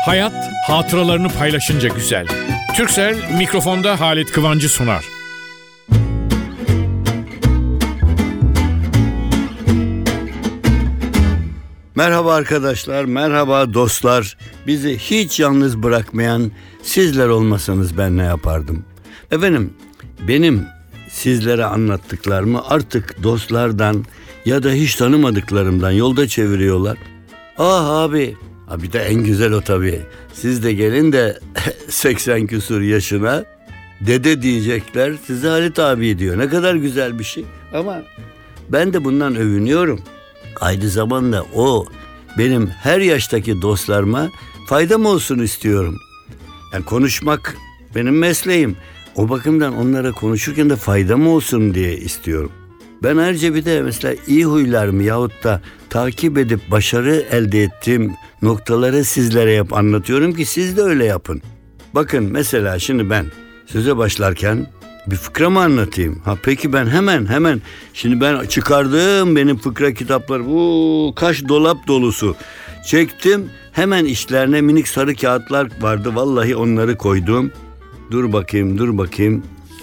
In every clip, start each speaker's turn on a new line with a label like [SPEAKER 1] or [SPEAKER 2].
[SPEAKER 1] Hayat hatıralarını paylaşınca güzel. Turkcell mikrofonda Halit Kıvancı sunar.
[SPEAKER 2] Merhaba arkadaşlar, merhaba dostlar. Bizi hiç yalnız bırakmayan sizler olmasanız ben ne yapardım? Efendim, benim sizlere anlattıklarımı artık dostlardan ya da hiç tanımadıklarımdan yolda çeviriyorlar. Ah abi, bir de en güzel o tabii. Siz de gelin de 80 küsur yaşına dede diyecekler, size Halit abi diyor. Ne kadar güzel bir şey. Ama ben de bundan övünüyorum. Aynı zamanda o benim her yaştaki dostlarıma faydam olsun istiyorum. Yani konuşmak benim mesleğim. O bakımdan onlara konuşurken de faydam olsun diye istiyorum. Ben ayrıca bir de mesela iyi huylarımı yahut da takip edip başarı elde ettiğim noktaları sizlere hep anlatıyorum ki siz de öyle yapın. Bakın mesela şimdi ben söze başlarken bir fıkra mı anlatayım? Peki ben hemen şimdi ben çıkardım benim fıkra kitapları, kaç dolap dolusu çektim, hemen içlerine minik sarı kağıtlar vardı, vallahi onları koydum. Dur bakayım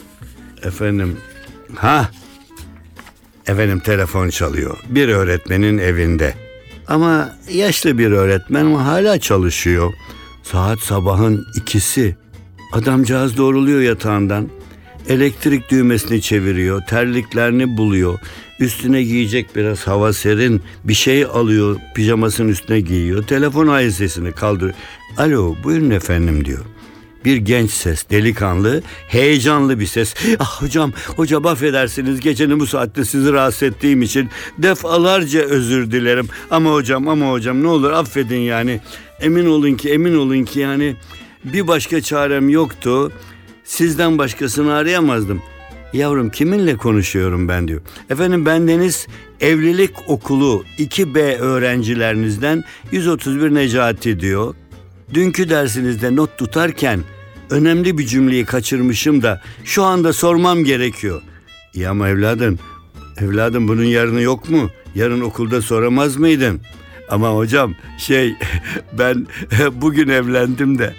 [SPEAKER 2] efendim telefon çalıyor, bir öğretmenin evinde ama yaşlı bir öğretmen ama hala çalışıyor. Saat sabahın 2'si. Adamcağız doğruluyor yatağından. Elektrik düğmesini çeviriyor, terliklerini buluyor, üstüne giyecek biraz hava serin bir şey alıyor, pijamasının üstüne giyiyor, telefon ailesini kaldırıyor. Alo, buyurun efendim diyor. Bir genç ses, delikanlı, heyecanlı bir ses. Hocam affedersiniz, gecenin bu saatte sizi rahatsız ettiğim için defalarca özür dilerim. Ama hocam ne olur affedin yani. Emin olun ki yani bir başka çarem yoktu. Sizden başkasını arayamazdım. Yavrum, kiminle konuşuyorum ben diyor. Efendim, bendeniz Evlilik Okulu 2B öğrencilerinizden 131 Necati diyor. Dünkü dersinizde not tutarken önemli bir cümleyi kaçırmışım da şu anda sormam gerekiyor. İyi ama evladım bunun yarını yok mu? Yarın okulda soramaz mıydın? Ama hocam ben bugün evlendim de.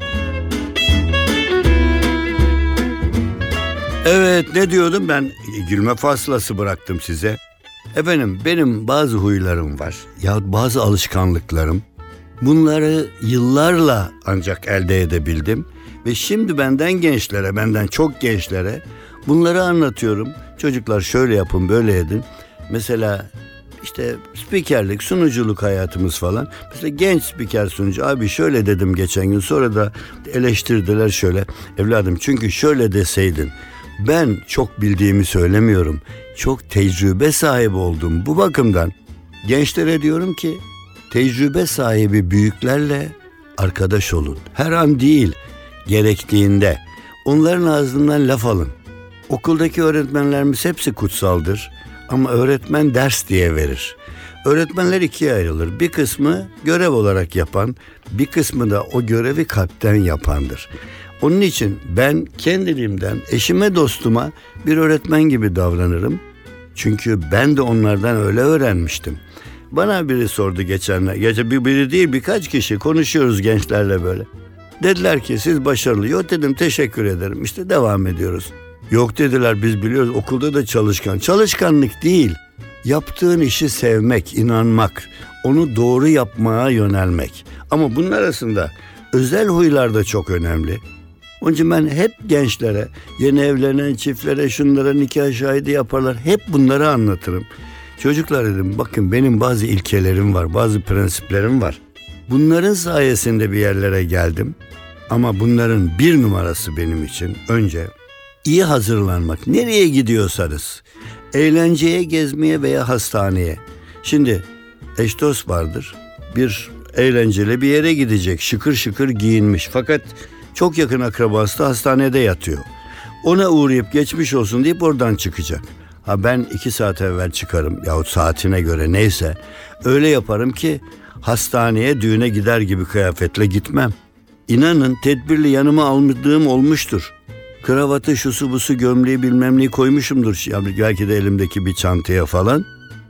[SPEAKER 2] Evet, ne diyordum ben? Gülme faslası bıraktım size. Efendim, benim bazı huylarım var yahut bazı alışkanlıklarım. Bunları yıllarla ancak elde edebildim ve şimdi benden çok gençlere bunları anlatıyorum. Çocuklar şöyle yapın, böyle edin. Mesela işte spikerlik, sunuculuk hayatımız falan. Mesela genç spiker sunucu, abi şöyle dedim geçen gün, sonra da eleştirdiler şöyle. Evladım, çünkü şöyle deseydin. Ben çok bildiğimi söylemiyorum. Çok tecrübe sahibi oldum. Bu bakımdan gençlere diyorum ki tecrübe sahibi büyüklerle arkadaş olun. Her an değil, gerektiğinde. Onların ağzından laf alın. Okuldaki öğretmenlerimiz hepsi kutsaldır. Ama öğretmen ders diye verir. Öğretmenler ikiye ayrılır. Bir kısmı görev olarak yapan, bir kısmı da o görevi kalpten yapandır. Onun için ben kendiliğimden eşime, dostuma bir öğretmen gibi davranırım. Çünkü ben de onlardan öyle öğrenmiştim. Bana biri sordu geçenler. Biri değil, birkaç kişi konuşuyoruz gençlerle böyle. Dediler ki siz başarılı. Yok dedim, teşekkür ederim. İşte devam ediyoruz. Yok dediler, biz biliyoruz, okulda da çalışkan. Çalışkanlık değil. Yaptığın işi sevmek, inanmak, onu doğru yapmaya yönelmek. Ama bunun arasında özel huylar da çok önemli. Onun için ben hep gençlere, yeni evlenen çiftlere, şunlara nikah şahidi yaparlar, hep bunları anlatırım. Çocuklar dedim, bakın benim bazı ilkelerim var, bazı prensiplerim var. Bunların sayesinde bir yerlere geldim. Ama bunların bir numarası benim için önce iyi hazırlanmak. Nereye gidiyorsanız, eğlenceye, gezmeye veya hastaneye. Şimdi eş dost vardır, bir eğlenceli bir yere gidecek, şıkır şıkır giyinmiş. Fakat çok yakın akrabası da hastanede yatıyor. Ona uğrayıp geçmiş olsun deyip oradan çıkacak. Ben 2 saat evvel çıkarım yahut saatine göre neyse. Öyle yaparım ki hastaneye, düğüne gider gibi kıyafetle gitmem. İnanın tedbirli yanıma almadığım olmuştur. Kravatı, şusu busu, gömleği bilmem neyi koymuşumdur. Belki de elimdeki bir çantaya falan.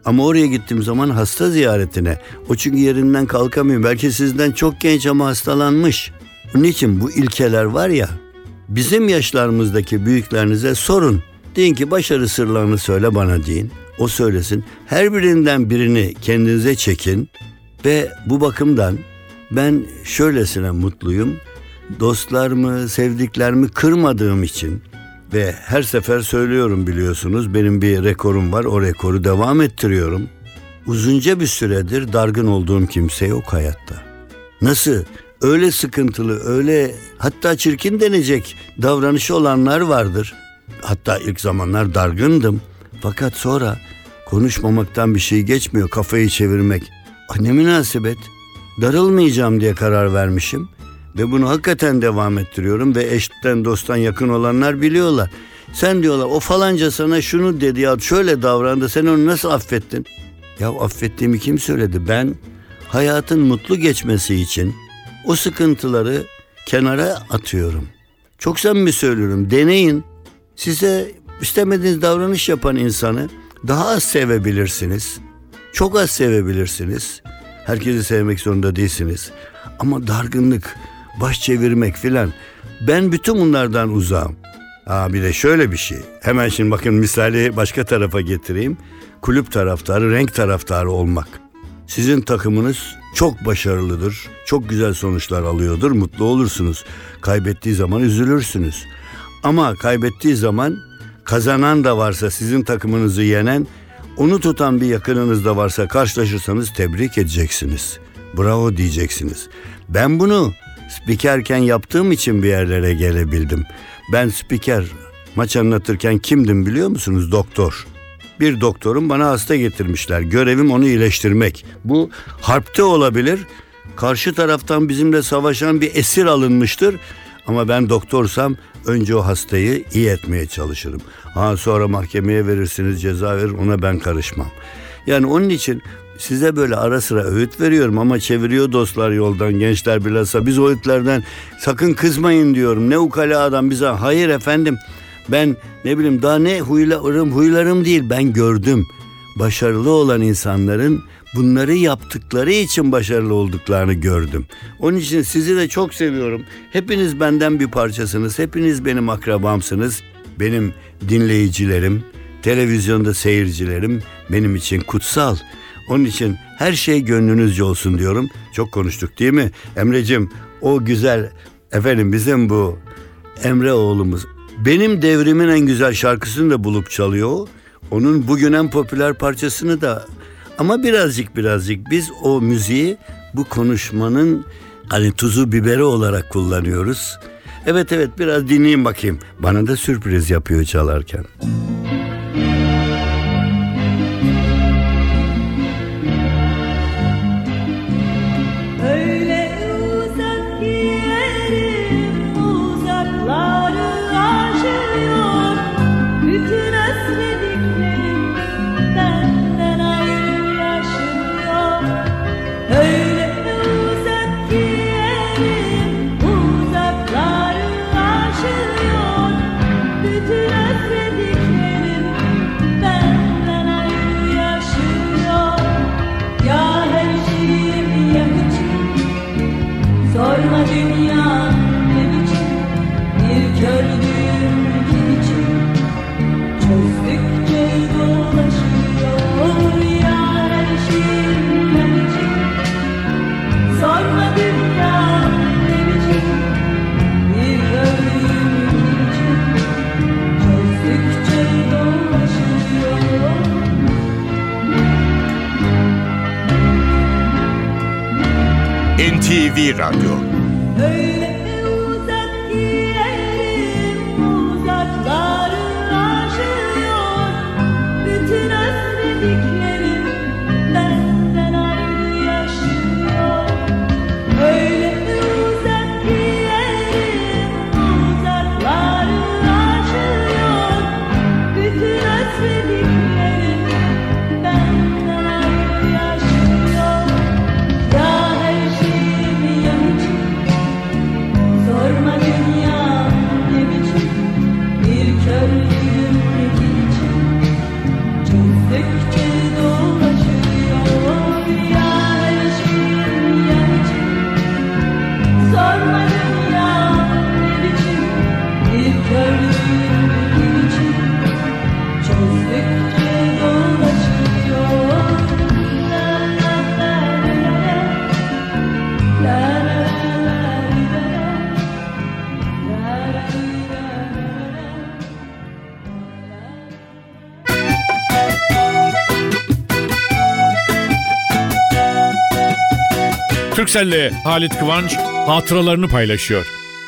[SPEAKER 2] Ama oraya gittiğim zaman hasta ziyaretine. O çünkü yerinden kalkamıyor. Belki sizden çok genç ama hastalanmış. Onun için bu ilkeler var ya, bizim yaşlarımızdaki büyüklerinize sorun. Deyin ki başarı sırlarını söyle bana deyin. O söylesin. Her birinden birini kendinize çekin. Ve bu bakımdan ben şöylesine mutluyum. Dostlarımı, sevdiklerimi kırmadığım için ve her sefer söylüyorum, biliyorsunuz benim bir rekorum var. O rekoru devam ettiriyorum. Uzunca bir süredir dargın olduğum kimse yok hayatta. Nasıl? Öyle sıkıntılı, öyle hatta çirkin denecek davranışı olanlar vardır. Hatta ilk zamanlar dargındım. Fakat sonra konuşmamaktan bir şey geçmiyor, kafayı çevirmek. Ne münasebet, darılmayacağım diye karar vermişim. Ve bunu hakikaten devam ettiriyorum ve eşten dosttan yakın olanlar biliyorlar. Sen diyorlar o falanca sana şunu dedi ya, şöyle davrandı, sen onu nasıl affettin? Ya affettiğimi kim söyledi? Ben hayatın mutlu geçmesi için o sıkıntıları kenara atıyorum. Çok samimi söylüyorum, deneyin. Size istemediğiniz davranış yapan insanı daha az sevebilirsiniz. Çok az sevebilirsiniz. Herkesi sevmek zorunda değilsiniz. Ama dargınlık, baş çevirmek filan, ben bütün bunlardan uzağım. Bir de şöyle bir şey. Hemen şimdi bakın misali başka tarafa getireyim. Kulüp taraftarı, renk taraftarı olmak. Sizin takımınız çok başarılıdır. Çok güzel sonuçlar alıyordur. Mutlu olursunuz. Kaybettiği zaman üzülürsünüz. Ama kaybettiği zaman kazanan da varsa, sizin takımınızı yenen, onu tutan bir yakınınız da varsa karşılaşırsanız tebrik edeceksiniz. Bravo diyeceksiniz. Ben bunu spikerken yaptığım için bir yerlere gelebildim. Ben spiker, maç anlatırken kimdim biliyor musunuz? Doktor. Bir doktorum, bana hasta getirmişler. Görevim onu iyileştirmek. Bu harpte olabilir. Karşı taraftan bizimle savaşan bir esir alınmıştır. Ama ben doktorsam önce o hastayı iyi etmeye çalışırım. Sonra mahkemeye verirsiniz, ceza verir, ona ben karışmam. Yani onun için size böyle ara sıra öğüt veriyorum ama çeviriyor dostlar yoldan, gençler bilhassa. Biz o öğütlerden sakın kızmayın diyorum. Ne ukala adam bize. Hayır efendim, ben ne bileyim daha ne huylarım değil, ben gördüm. Başarılı olan insanların bunları yaptıkları için başarılı olduklarını gördüm. Onun için sizi de çok seviyorum. Hepiniz benden bir parçasınız. Hepiniz benim akrabamsınız. Benim dinleyicilerim, televizyonda seyircilerim benim için kutsal. Onun için her şey gönlünüzce olsun diyorum. Çok konuştuk değil mi? Emre'cim, o güzel efendim bizim bu Emre oğlumuz benim devrimin en güzel şarkısını da bulup çalıyor. Onun bugün en popüler parçasını da. Ama birazcık biz o müziği bu konuşmanın hani tuzu biberi olarak kullanıyoruz. Evet biraz dinleyin bakayım. Bana da sürpriz yapıyor çalarken.
[SPEAKER 3] NTV Radyo.
[SPEAKER 1] Türkcell'le Halit Kıvanç hatıralarını paylaşıyor.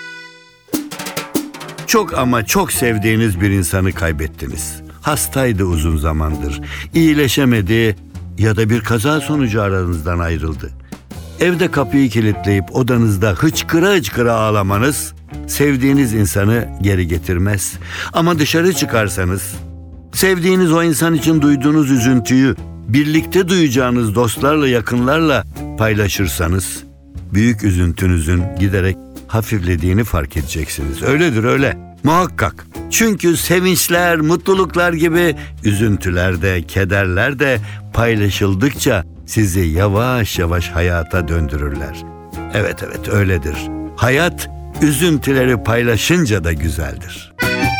[SPEAKER 2] Çok ama çok sevdiğiniz bir insanı kaybettiniz. Hastaydı uzun zamandır. İyileşemedi ya da bir kaza sonucu aranızdan ayrıldı. Evde kapıyı kilitleyip odanızda hıçkıra hıçkıra ağlamanız sevdiğiniz insanı geri getirmez. Ama dışarı çıkarsanız, sevdiğiniz o insan için duyduğunuz üzüntüyü birlikte duyacağınız dostlarla, yakınlarla paylaşırsanız büyük üzüntünüzün giderek hafiflediğini fark edeceksiniz. Öyledir, öyle. Muhakkak. Çünkü sevinçler, mutluluklar gibi üzüntüler de, kederler de paylaşıldıkça sizi yavaş yavaş hayata döndürürler. Evet, öyledir. Hayat üzüntüleri paylaşınca da güzeldir.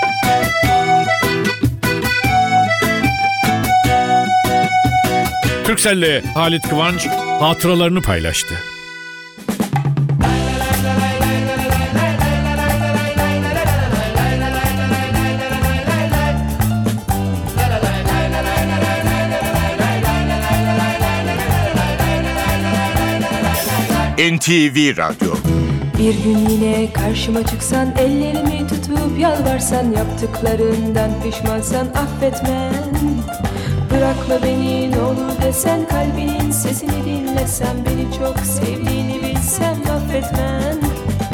[SPEAKER 1] Türkcell'le Halit Kıvanç hatıralarını paylaştı.
[SPEAKER 3] NTV Radyo.
[SPEAKER 4] Bir gün yine karşıma çıksan, ellerimi tutup yalvarsan, yaptıklarından pişmansan affetmem. Bırakma beni ne olur desen, kalbinin sesini dinlesem, beni çok sevdiğini bilsem affetmem.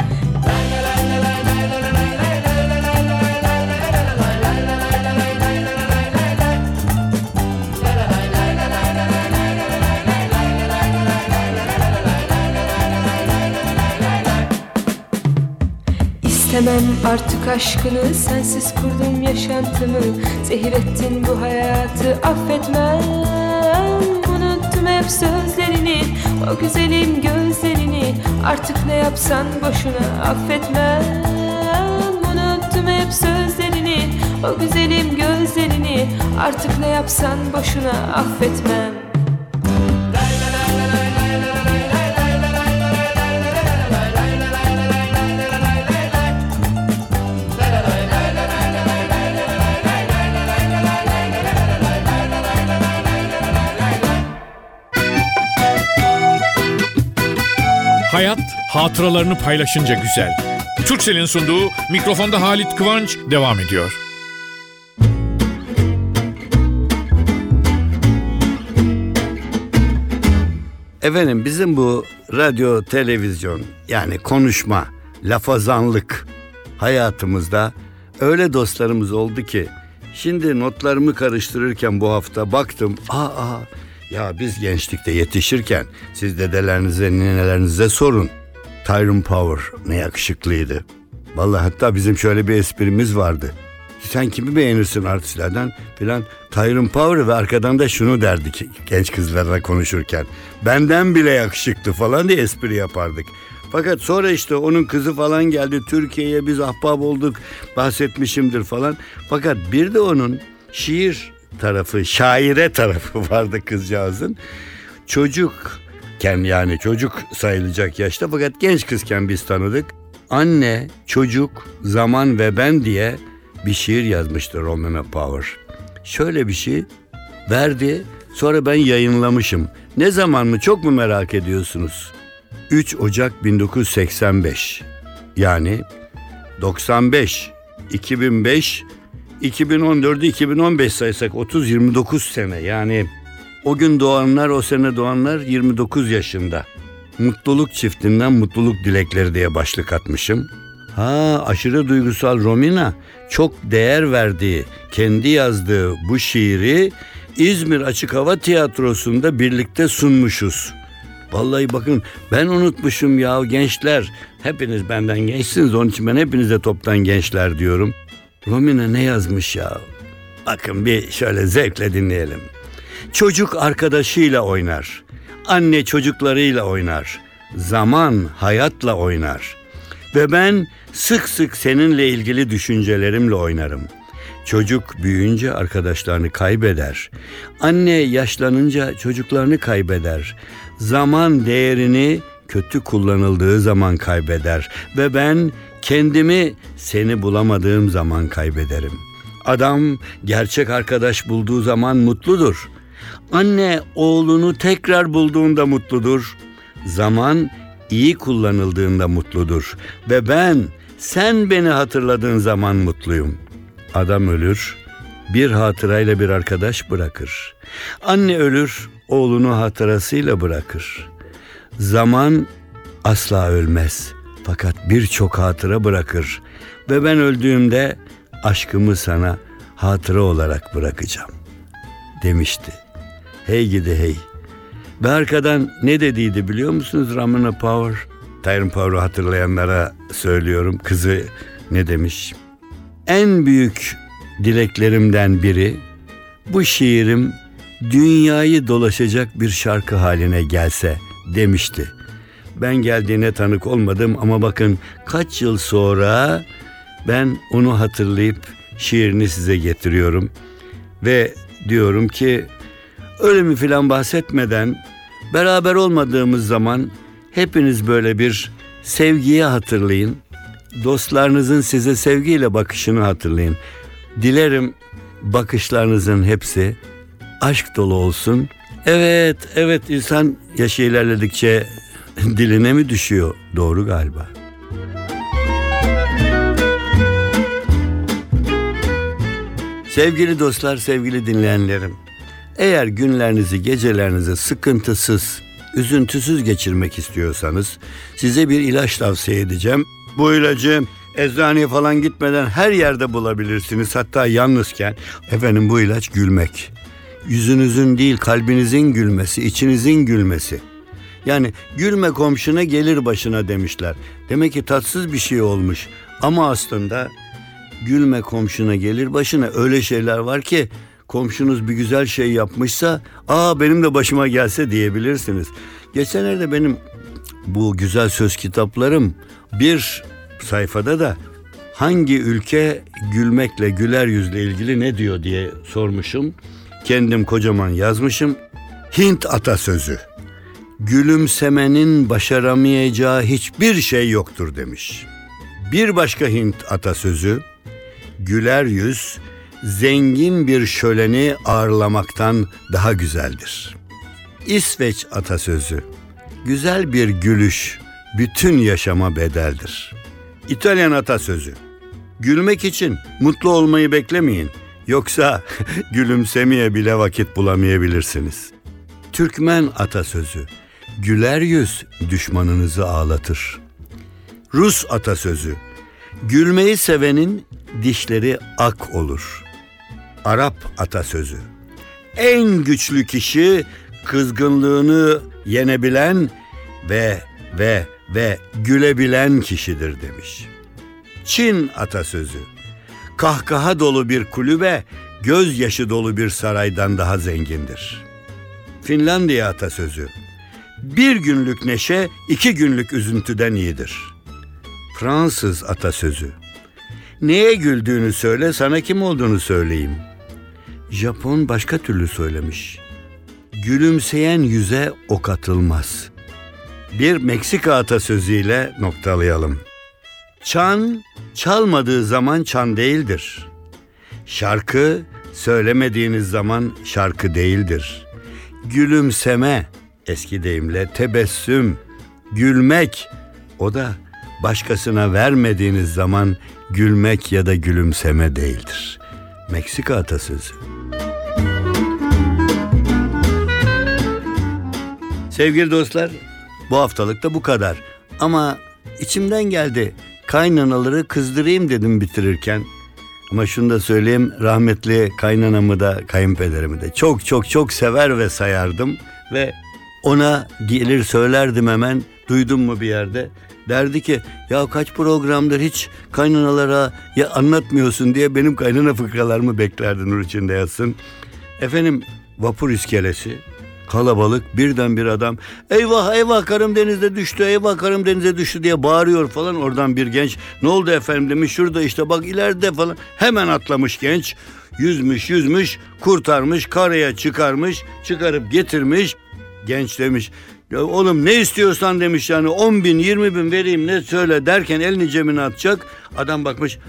[SPEAKER 4] İstemem artık aşkını, sensiz kurdum yaşantımı, zehir ettin bu hayatı affetmem. Unuttum hep sözlerini, o güzelim gözlerini, artık ne yapsan boşuna affetmem. Unuttum hep sözlerini, o güzelim gözlerini, artık ne yapsan boşuna affetmem.
[SPEAKER 1] Hayat hatıralarını paylaşınca güzel. Türkcell'in sunduğu Mikrofonda Halit Kıvanç devam ediyor.
[SPEAKER 2] Efendim, bizim bu radyo, televizyon, yani konuşma, lafazanlık hayatımızda öyle dostlarımız oldu ki şimdi notlarımı karıştırırken bu hafta baktım. Ya biz gençlikte yetişirken siz dedelerinize, ninelerinize sorun. Tyrone Power ne yakışıklıydı. Vallahi hatta bizim şöyle bir esprimiz vardı. Sen kimi beğenirsin artistlerden filan? Tyrone Power, ve arkadan da şunu derdik genç kızlarla konuşurken. Benden bile yakışıklı falan diye espri yapardık. Fakat sonra işte onun kızı falan geldi Türkiye'ye, biz ahbap olduk, bahsetmişimdir falan. Fakat bir de onun şiir tarafı, şaire tarafı vardı kızcağızın. Çocukken, yani çocuk sayılacak yaşta fakat genç kızken biz tanıdık. Anne, çocuk, zaman ve ben diye bir şiir yazmıştı Romeo Power. Şöyle bir şey verdi, sonra ben yayınlamışım. Ne zaman mı, çok mu merak ediyorsunuz? 3 Ocak 1985, yani 95, 2005, 2014'ü 2015 saysak 30-29 sene, yani o gün doğanlar, o sene doğanlar 29 yaşında. Mutluluk çiftinden mutluluk dilekleri diye başlık atmışım. Aşırı duygusal Romina çok değer verdiği, kendi yazdığı bu şiiri İzmir Açık Hava Tiyatrosu'nda birlikte sunmuşuz. Vallahi bakın, ben unutmuşum ya gençler. Hepiniz benden gençsiniz, onun için ben hepinize toptan gençler diyorum. Romina ne yazmış ya? Bakın bir şöyle zevkle dinleyelim. Çocuk arkadaşıyla oynar. Anne çocuklarıyla oynar. Zaman hayatla oynar. Ve ben sık sık seninle ilgili düşüncelerimle oynarım. Çocuk büyüyünce arkadaşlarını kaybeder. Anne yaşlanınca çocuklarını kaybeder. Zaman değerini kötü kullanıldığı zaman kaybeder. Ve ben kendimi seni bulamadığım zaman kaybederim. Adam gerçek arkadaş bulduğu zaman mutludur. Anne oğlunu tekrar bulduğunda mutludur. Zaman iyi kullanıldığında mutludur ve sen beni hatırladığın zaman mutluyum. Adam ölür, bir hatırayla bir arkadaş bırakır. Anne ölür, oğlunu hatırasıyla bırakır. Zaman asla ölmez, fakat birçok hatıra bırakır ve ben öldüğümde aşkımı sana hatıra olarak bırakacağım demişti. Hey gidi hey. Ve arkadan ne dediydi biliyor musunuz Ramona Power? Tyrone Power'ı hatırlayanlara söylüyorum. Kızı ne demiş? En büyük dileklerimden biri bu şiirim dünyayı dolaşacak bir şarkı haline gelse demişti. Ben geldiğine tanık olmadım ama bakın kaç yıl sonra ben onu hatırlayıp şiirini size getiriyorum. Ve diyorum ki ölümü filan bahsetmeden beraber olmadığımız zaman hepiniz böyle bir sevgiyi hatırlayın. Dostlarınızın size sevgiyle bakışını hatırlayın. Dilerim bakışlarınızın hepsi aşk dolu olsun. Evet insan yaşı ilerledikçe diline mi düşüyor? Doğru galiba. Sevgili dostlar, sevgili dinleyenlerim. Eğer günlerinizi, gecelerinizi sıkıntısız, üzüntüsüz geçirmek istiyorsanız size bir ilaç tavsiye edeceğim. Bu ilacı eczaneye falan gitmeden her yerde bulabilirsiniz. Hatta yalnızken. Efendim bu ilaç gülmek. Yüzünüzün değil kalbinizin gülmesi, içinizin gülmesi. Yani gülme komşuna gelir başına demişler. Demek ki tatsız bir şey olmuş. Ama aslında gülme komşuna gelir başına, öyle şeyler var ki komşunuz bir güzel şey yapmışsa benim de başıma gelse diyebilirsiniz. Geçenlerde benim bu güzel söz kitaplarım bir sayfada da hangi ülke gülmekle, güler yüzle ilgili ne diyor diye sormuşum. Kendim kocaman yazmışım. Hint atasözü. Gülümsemenin başaramayacağı hiçbir şey yoktur demiş. Bir başka Hint atasözü. Güler yüz zengin bir şöleni ağırlamaktan daha güzeldir. İsveç atasözü. Güzel bir gülüş bütün yaşama bedeldir. İtalyan atasözü. Gülmek için mutlu olmayı beklemeyin. Yoksa gülümsemeye bile vakit bulamayabilirsiniz. Türkmen atasözü. Güler yüz düşmanınızı ağlatır. Rus atasözü. Gülmeyi sevenin dişleri ak olur. Arap atasözü. En güçlü kişi kızgınlığını yenebilen ve gülebilen kişidir demiş. Çin atasözü. Kahkaha dolu bir kulübe, gözyaşı dolu bir saraydan daha zengindir. Finlandiya atasözü. Bir günlük neşe 2 günlük üzüntüden iyidir. Fransız atasözü. Neye güldüğünü söyle, sana kim olduğunu söyleyeyim. Japon başka türlü söylemiş. Gülümseyen yüze ok atılmaz. Bir Meksika atasözüyle noktalayalım. Çan çalmadığı zaman çan değildir. Şarkı söylemediğiniz zaman şarkı değildir. Gülümseme, eski deyimle tebessüm, gülmek, o da başkasına vermediğiniz zaman gülmek ya da gülümseme değildir. Meksika atasözü. Sevgili dostlar, bu haftalık da bu kadar. Ama içimden geldi, kaynanaları kızdırayım dedim bitirirken. Ama şunu da söyleyeyim, rahmetli kaynanamı da kayınpederimi de çok sever ve sayardım. Ve ona gelir söylerdim hemen, duydun mu bir yerde. Derdi ki ya kaç programdır hiç kaynanalara ya anlatmıyorsun diye benim kaynana fıkralarımı beklerdi, nur içinde yatsın. Efendim vapur iskelesi, kalabalık, birden bir adam eyvah karım denize düştü, eyvah karım denize düştü diye bağırıyor falan. Oradan bir genç ne oldu efendim demiş, şurada işte bak ileride falan. Hemen atlamış genç, yüzmüş kurtarmış, karaya çıkarıp getirmiş. Genç demiş ya oğlum ne istiyorsan demiş, yani 10 bin 20 bin vereyim ne söyle derken elini cebine atacak. Adam bakmış,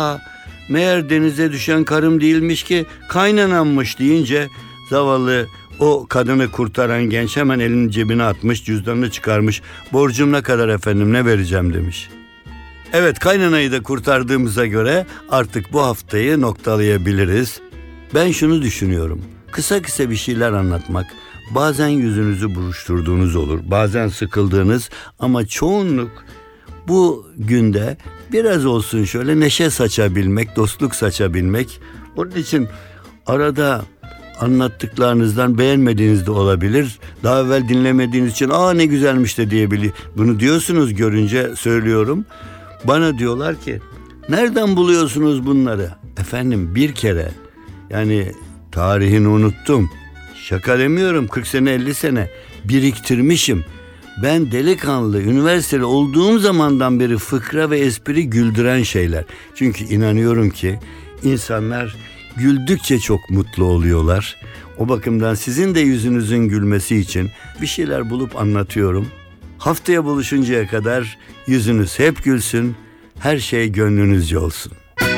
[SPEAKER 2] meğer denize düşen karım değilmiş ki kaynanammış deyince zavallı O kadını kurtaran genç hemen elini cebine atmış, cüzdanını çıkarmış. Borcum ne kadar efendim, ne vereceğim demiş. Evet, kaynanayı da kurtardığımıza göre artık bu haftayı noktalayabiliriz. Ben şunu düşünüyorum. Kısa kısa bir şeyler anlatmak, bazen yüzünüzü buruşturduğunuz olur, bazen sıkıldığınız, ama çoğunluk bu günde biraz olsun şöyle neşe saçabilmek, dostluk saçabilmek. Onun için arada anlattıklarınızdan beğenmediğiniz de olabilir. Daha evvel dinlemediğiniz için ne güzelmiş de diyebilir. Bunu diyorsunuz, görünce söylüyorum. Bana diyorlar ki nereden buluyorsunuz bunları? Efendim bir kere, yani tarihini unuttum. Şaka demiyorum, 40 sene 50 sene biriktirmişim. Ben delikanlı, üniversiteli olduğum zamandan beri fıkra ve espri güldüren şeyler. Çünkü inanıyorum ki insanlar güldükçe çok mutlu oluyorlar. O bakımdan sizin de yüzünüzün gülmesi için bir şeyler bulup anlatıyorum. Haftaya buluşuncaya kadar yüzünüz hep gülsün, her şey gönlünüzce olsun.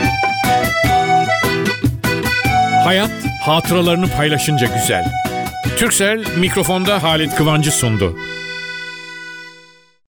[SPEAKER 1] Hayat hatıralarını paylaşınca güzel. Turkcell mikrofonda Halit Kıvanç'ı sundu.